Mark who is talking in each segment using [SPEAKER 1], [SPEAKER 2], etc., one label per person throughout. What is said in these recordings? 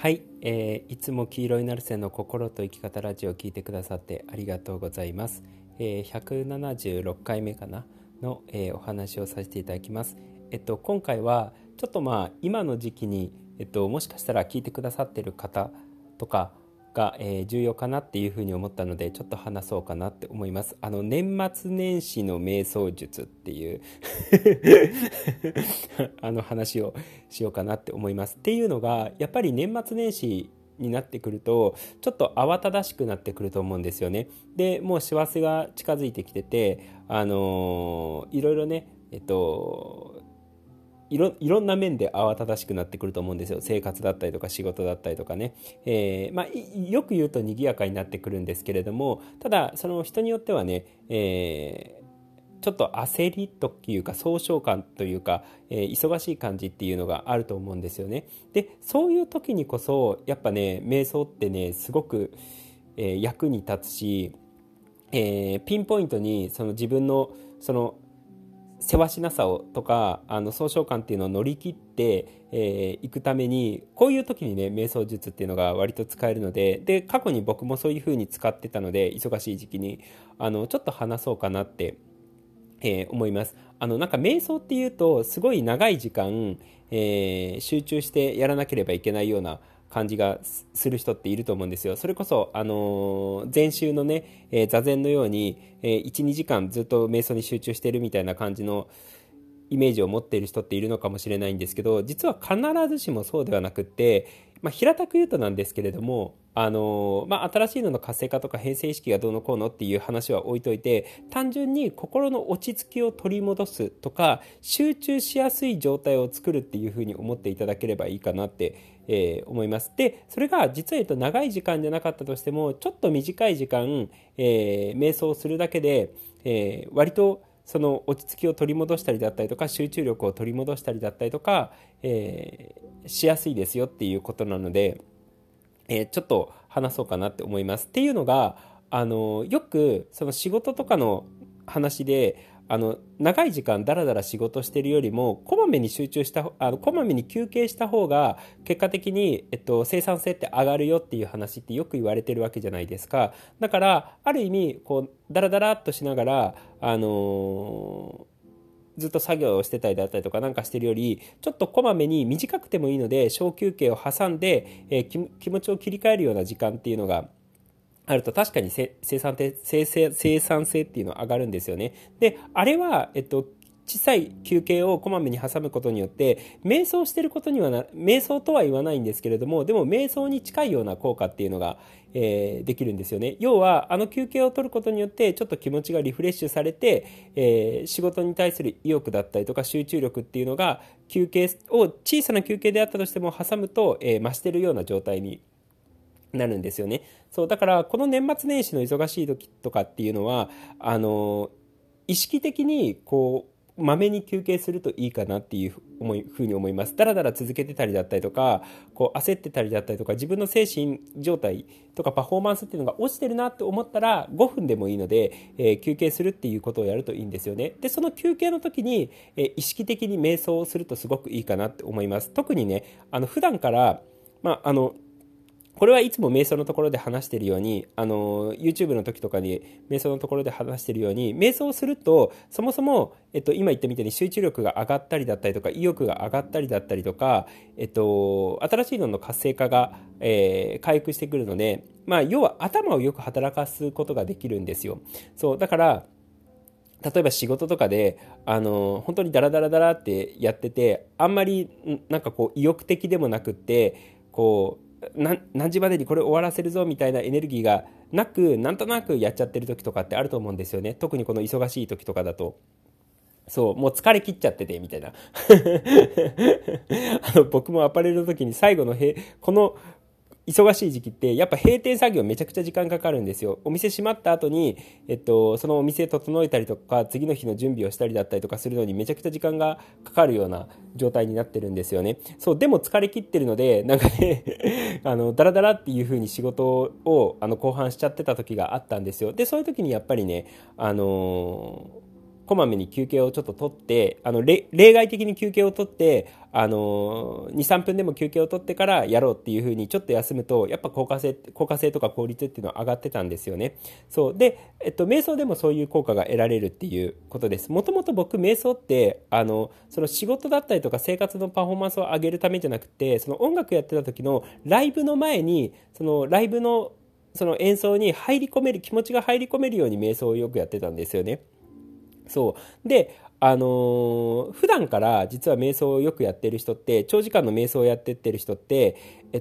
[SPEAKER 1] はい、いつも黄色いナルセの心と生き方ラジオを聞いてくださってありがとうございます。176回目かなの、お話をさせていただきます。今回はちょっと今の時期に、もしかしたら聞いてくださっている方とかが、重要かなっていうふうに思ったのでちょっと話そうかなって思います。年末年始の瞑想術っていう話をしようかなって思います。っていうのがやっぱり年末年始になってくるとちょっと慌ただしくなってくると思うんですよね。でもう師走が近づいてきてて、いろいろねいろんな面で慌ただしくなってくると思うんですよ。生活だったりとか仕事だったりとかね、よく言うと賑やかになってくるんですけれども、ただその人によってはね、ちょっと焦りというか総称感というか、忙しい感じっていうのがあると思うんですよね。でそういう時にこそやっぱね瞑想ってねすごく、役に立つし、ピンポイントにその自分のそのせわしなさをとか総称感っていうのを乗り切っていくためにこういう時にね瞑想術っていうのが割と使えるので、過去に僕もそういう風に使ってたので忙しい時期にちょっと話そうかなって思います。なんか瞑想っていうとすごい長い時間、集中してやらなければいけないような感じがする人っていると思うんですよ。それこそ、禅宗のね、座禅のように、1、2時間ずっと瞑想に集中してるみたいな感じのイメージを持っている人っているのかもしれないんですけど、実は必ずしもそうではなくって、平たく言うとなんですけれども、新しいのの活性化とか変性意識がどうのこうのっていう話は置いといて、単純に心の落ち着きを取り戻すとか集中しやすい状態を作るっていうふうに思っていただければいいかなって、思います。でそれが実は言うと長い時間じゃなかったとしてもちょっと短い時間、瞑想するだけで、割とその落ち着きを取り戻したりだったりとか集中力を取り戻したりだったりとか、しやすいですよっていうことなので、ちょっと話そうかなって思います。っていうのがよくその仕事とかの話で長い時間だらだら仕事してるよりもこまめに集中したこまめに休憩した方が結果的に、生産性って上がるよっていう話ってよく言われてるわけじゃないですか。だからある意味こうだらだらっとしながら、ずっと作業をしてたりだったりとかなんかしてるよりちょっとこまめに短くてもいいので小休憩を挟んで、気持ちを切り替えるような時間っていうのがあると確かに生産性っていうのは上がるんですよね。であれは、小さい休憩をこまめに挟むことによって瞑想してることには瞑想とは言わないんですけれども、でも瞑想に近いような効果っていうのが、できるんですよね。要は休憩を取ることによってちょっと気持ちがリフレッシュされて、仕事に対する意欲だったりとか集中力っていうのが休憩を小さな休憩であったとしても挟むと、増してるような状態になるんですよね。そうだからこの年末年始の忙しい時とかっていうのは意識的にこうまめに休憩するといいかなっていうふうに思います。だらだら続けてたりだったりとかこう焦ってたりだったりとか自分の精神状態とかパフォーマンスっていうのが落ちてるなって思ったら5分でもいいので、休憩するっていうことをやるといいんですよね。でその休憩の時に、意識的に瞑想をするとすごくいいかなって思います。特にね普段からこれはいつも瞑想のところで話しているようにYouTube の時とかに瞑想のところで話しているように瞑想をするとそもそも、今言ったみたいに集中力が上がったりだったりとか意欲が上がったりだったりとか、新しいのの活性化が、回復してくるので、要は頭をよく働かすことができるんですよ。そうだから例えば仕事とかで本当にダラダラダラってやっててあんまりなんかこう意欲的でもなくってこう何時までにこれ終わらせるぞみたいなエネルギーがなくなんとなくやっちゃってる時とかってあると思うんですよね。特にこの忙しい時とかだとそうもう疲れ切っちゃっててみたいな僕もアパレルの時に最後のこの忙しい時期ってやっぱ閉店作業めちゃくちゃ時間かかるんですよ。お店閉まった後に、そのお店整えたりとか次の日の準備をしたりだったりとかするのにめちゃくちゃ時間がかかるような状態になってるんですよね。そうでも疲れ切ってるのでなんかねダラダラっていう風に仕事を後半しちゃってた時があったんですよ。でそういう時にやっぱりねこまめに休憩をちょっと取って、例外的に休憩を取って、2、3分でも休憩を取ってからやろうっていう風にちょっと休むと、やっぱ効果性とか効率っていうのは上がってたんですよね。そうで、瞑想でもそういう効果が得られるっていうことです。もともと僕瞑想ってその仕事だったりとか生活のパフォーマンスを上げるためじゃなくて、その音楽やってた時のライブの前に、そのライブのその演奏に入り込める、気持ちが入り込めるように瞑想をよくやってたんですよね。そうで、普段から実は瞑想をよくやってる人って、長時間の瞑想をやってってる人って、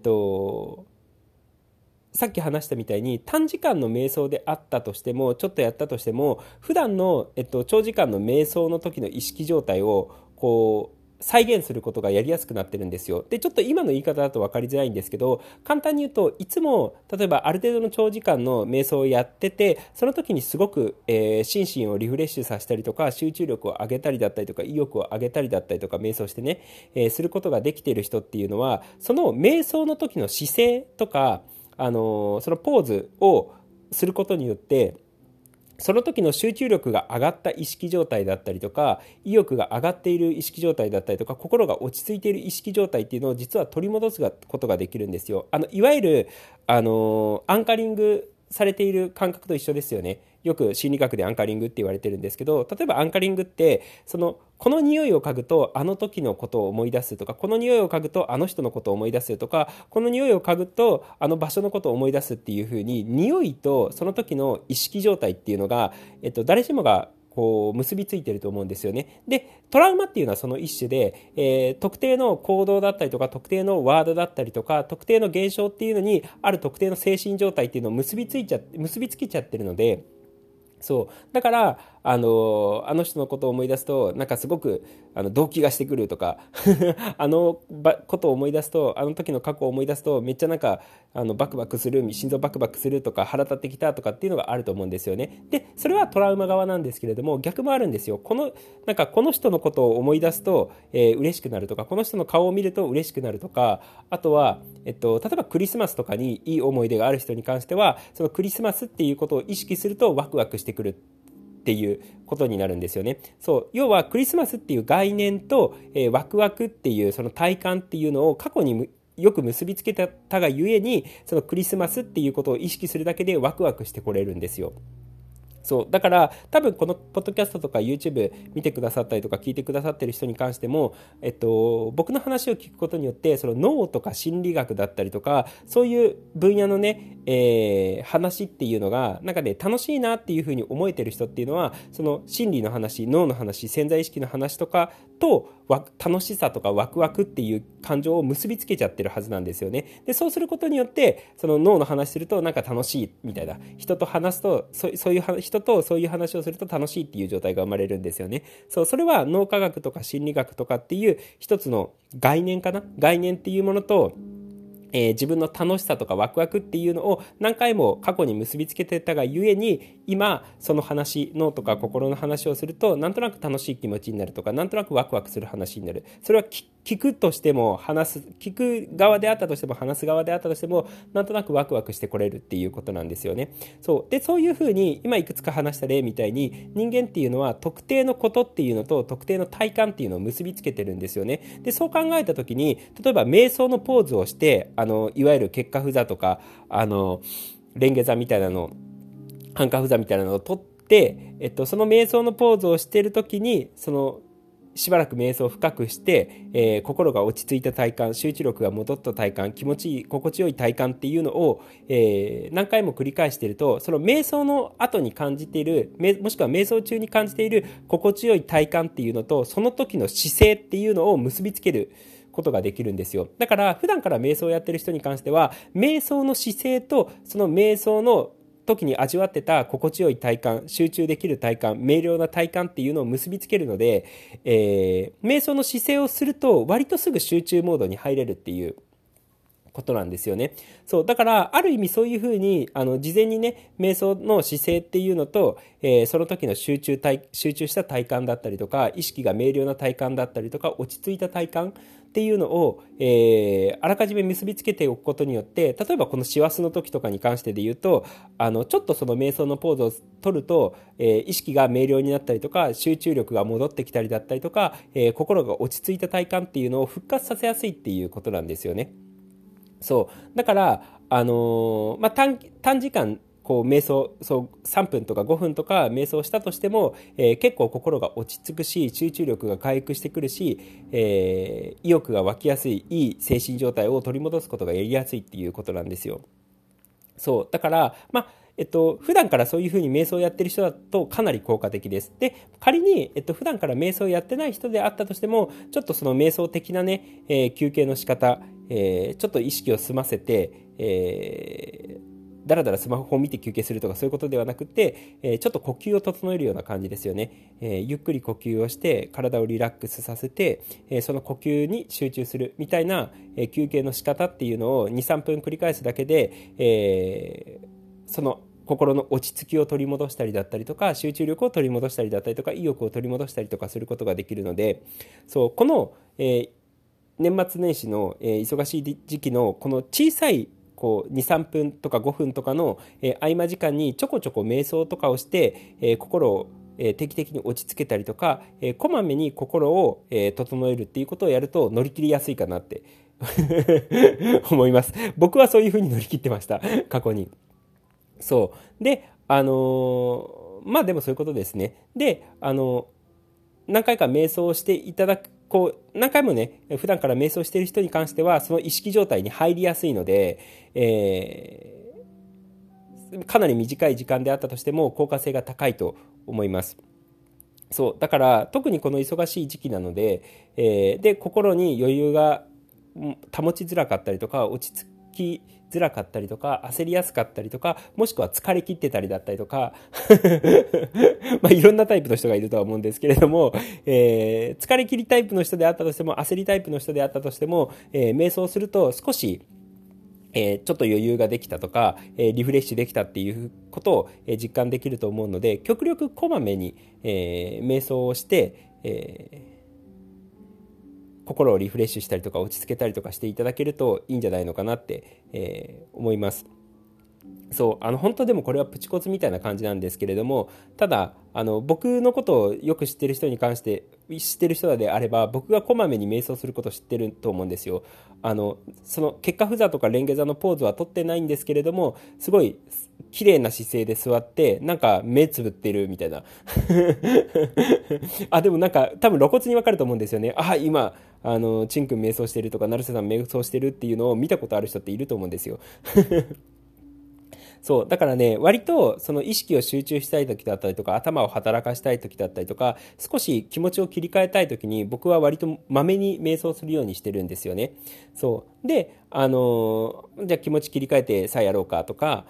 [SPEAKER 1] さっき話したみたいに短時間の瞑想であったとしても、ちょっとやったとしても、普段の、長時間の瞑想の時の意識状態をこう再現することがやりやすくなってるんですよ。で、ちょっと今の言い方だと分かりづらいんですけど、簡単に言うと、いつも例えばある程度の長時間の瞑想をやってて、その時にすごく、心身をリフレッシュさせたりとか、集中力を上げたりだったりとか、意欲を上げたりだったりとか、瞑想してね、することができている人っていうのは、その瞑想の時の姿勢とか、そのポーズをすることによって、その時の集中力が上がった意識状態だったりとか、意欲が上がっている意識状態だったりとか、心が落ち着いている意識状態っていうのを実は取り戻すことができるんですよ。いわゆるアンカリングされている感覚と一緒ですよね。よく心理学でアンカリングって言われてるんですけど、例えばアンカリングって、この匂いを嗅ぐとあの時のことを思い出すとか、この匂いを嗅ぐとあの人のことを思い出すとか、この匂いを嗅ぐとあの場所のことを思い出すっていう風に、匂いとその時の意識状態っていうのが、誰しもがこう結びついてると思うんですよね。で、トラウマっていうのはその一種で、特定の行動だったりとか、特定のワードだったりとか、特定の現象っていうのにある特定の精神状態っていうのを結びつけちゃってるので、そうだから、あの人のことを思い出すとなんかすごく動悸がしてくるとかことを思い出すと、あの時の過去を思い出すとめっちゃなんかバクバクする、心臓バクバクするとか、腹立ってきたとかっていうのがあると思うんですよね。でそれはトラウマ側なんですけれども、逆もあるんですよ。なんかこの人のことを思い出すと、嬉しくなるとか、この人の顔を見ると嬉しくなるとか、あとは、例えばクリスマスとかにいい思い出がある人に関しては、そのクリスマスっていうことを意識するとワクワクしてくるっていうことになるんですよね。そう要はクリスマスっていう概念と、ワクワクっていうその体感っていうのを過去によく結びつけたがゆえに、そのクリスマスっていうことを意識するだけでワクワクしてこれるんですよ。そうだから多分このポッドキャストとか YouTube 見てくださったりとか聞いてくださってる人に関しても、僕の話を聞くことによって、その脳とか心理学だったりとか、そういう分野のね、話っていうのがなんかね楽しいなっていうふうに思えてる人っていうのは、その心理の話、脳の話、潜在意識の話とかと楽しさとかワクワクっていう感情を結びつけちゃってるはずなんですよね。でそうすることによって、その脳の話するとなんか楽しいみたいな、人と話すとそういう人とそういう話をすると楽しいっていう状態が生まれるんですよね。それは脳科学とか心理学とかっていう一つの概念っていうものと、自分の楽しさとかワクワクっていうのを何回も過去に結びつけてたがゆえに、今その話、脳とか心の話をするとなんとなく楽しい気持ちになるとか、なんとなくワクワクする話になる。それは聞くとしても聞く側であったとしても、話す側であったとしても、なんとなくワクワクしてこれるっていうことなんですよね。そういうふうに今いくつか話した例みたいに、人間っていうのは特定のことっていうのと特定の体感っていうのを結びつけてるんですよね。でそう考えた時に、例えば瞑想のポーズをして、いわゆる結跏趺坐とか蓮華座みたいなの、半跏趺坐みたいなのを取って、その瞑想のポーズをしている時に、しばらく瞑想を深くして、心が落ち着いた体感、集中力が戻った体感、気持ちいい心地よい体感っていうのを、何回も繰り返していると、その瞑想の後に感じている、もしくは瞑想中に感じている心地よい体感っていうのと、その時の姿勢っていうのを結びつけることができるんですよ。だから普段から瞑想をやってる人に関しては、瞑想の姿勢とその瞑想の時に味わってた心地よい体感、集中できる体感、明瞭な体感っていうのを結びつけるので、瞑想の姿勢をすると割とすぐ集中モードに入れるっていうことなんですよね。そうだからある意味そういうふうに事前にね瞑想の姿勢っていうのと、その時の集中した体感だったりとか、意識が明瞭な体感だったりとか、落ち着いた体感っていうのを、あらかじめ結びつけておくことによって、例えばこの師走の時とかに関してで言うと、ちょっとその瞑想のポーズを取ると、意識が明瞭になったりとか、集中力が戻ってきたりだったりとか、心が落ち着いた体感っていうのを復活させやすいっていうことなんですよね。そうだから、短時間こう瞑想、そう3分とか5分とか瞑想したとしても、結構心が落ち着くし、集中力が回復してくるし、意欲が湧きやすい、いい精神状態を取り戻すことがやりやすいっていうことなんですよ。そうだから、普段からそういうふうに瞑想をやってる人だとかなり効果的です。で、仮に、普段から瞑想をやってない人であったとしても、ちょっとその瞑想的なね、休憩の仕方、ちょっと意識を澄ませて、だらだらスマホを見て休憩するとかそういうことではなくて、ちょっと呼吸を整えるような感じですよね。ゆっくり呼吸をして体をリラックスさせて、その呼吸に集中するみたいな、休憩の仕方っていうのを2、3分繰り返すだけで、その心の落ち着きを取り戻したりだったりとか、集中力を取り戻したりだったりとか、意欲を取り戻したりとかすることができるので、そうこの、年末年始の、忙しい時期のこの小さいこう2、3分とか5分とかの、合間時間にちょこちょこ瞑想とかをして、心を定期的に落ち着けたりとか、こまめに心を、整えるっていうことをやると乗り切りやすいかなって思います。僕はそういうふうに乗り切ってました、過去に。そうで、でもそういうことですね。で、何回か瞑想をしていただく、こう何回もね普段から瞑想している人に関してはその意識状態に入りやすいので、かなり短い時間であったとしても効果性が高いと思います。そうだから特にこの忙しい時期なので、で心に余裕が保ちづらかったりとか、落ち着きづらかったりとか、焦りやすかったりとか、もしくは疲れ切ってたりだったりとかいろんなタイプの人がいるとは思うんですけれども、疲れ切りタイプの人であったとしても、焦りタイプの人であったとしても、瞑想すると少しちょっと余裕ができたとか、リフレッシュできたっていうことを実感できると思うので、極力こまめに、瞑想をして、心をリフレッシュしたりとか落ち着けたりとかしていただけるといいんじゃないのかなって、思います。そう本当でもこれはプチコツみたいな感じなんですけれども、ただ僕のことをよく知ってる人に関して知ってる人であれば、僕がこまめに瞑想することを知ってると思うんですよ。その結跏趺坐とか蓮華座のポーズは取ってないんですけれども、すごい綺麗な姿勢で座ってなんか目つぶってるみたいなでもなんか多分露骨に分かると思うんですよね。今チン君瞑想してるとか成瀬さん瞑想してるっていうのを見たことある人っていると思うんですよそうだからね、割とその意識を集中したい時だったりとか、頭を働かしたい時だったりとか、少し気持ちを切り替えたい時に僕は割とまめに瞑想するようにしてるんですよね。そうで、じゃあ気持ち切り替えてさあやろうかとか、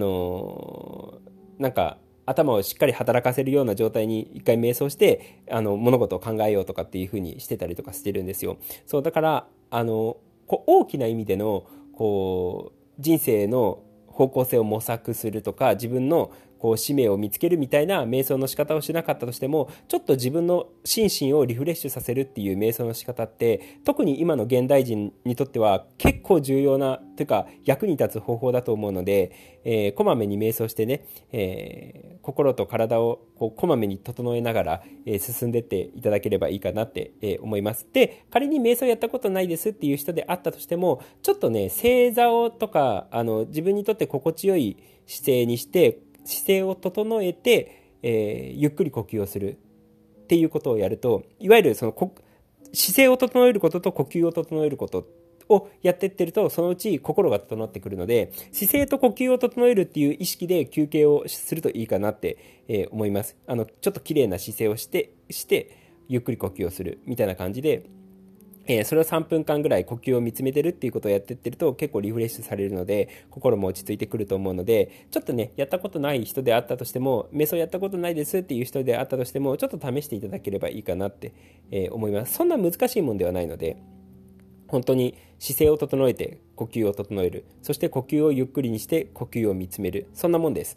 [SPEAKER 1] なんか頭をしっかり働かせるような状態に一回瞑想して物事を考えようとかっていう風にしてたりとかしてるんですよ。そうだからこう大きな意味でのこう人生の方向性を模索するとか、自分のこう使命を見つけるみたいな瞑想の仕方をしなかったとしても、ちょっと自分の心身をリフレッシュさせるっていう瞑想の仕方って、特に今の現代人にとっては結構重要なというか役に立つ方法だと思うので、こまめに瞑想してね、心と体をこまめに整えながら、進んでっていただければいいかなって、思います。で、仮に瞑想やったことないですっていう人であったとしても、ちょっとね正座をとか自分にとって心地よい姿勢にして姿勢を整えて、ゆっくり呼吸をするっていうことをやると、いわゆるその姿勢を整えることと呼吸を整えることをやっていってると、そのうち心が整ってくるので、姿勢と呼吸を整えるっていう意識で休憩をするといいかなって、思います。ちょっと綺麗な姿勢をしてゆっくり呼吸をするみたいな感じで、それを3分間ぐらい呼吸を見つめてるっていうことをやってってると結構リフレッシュされるので、心も落ち着いてくると思うので、ちょっとねやったことない人であったとしても、瞑想やったことないですっていう人であったとしても、ちょっと試していただければいいかなって、思います。そんな難しいもんではないので、 本当に姿勢を整えて呼吸を整える。そして呼吸をゆっくりにして呼吸を見つめる。そんなもんです。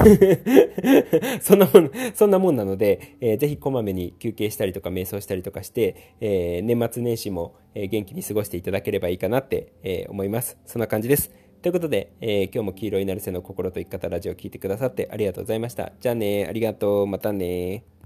[SPEAKER 1] そんなもんなので、ぜひこまめに休憩したりとか瞑想したりとかして、年末年始も、元気に過ごしていただければいいかなって、思います。そんな感じです。ということで、今日も黄色いナルセの心と生き方ラジオを聞いてくださってありがとうございました。じゃあね、ありがとう、またね。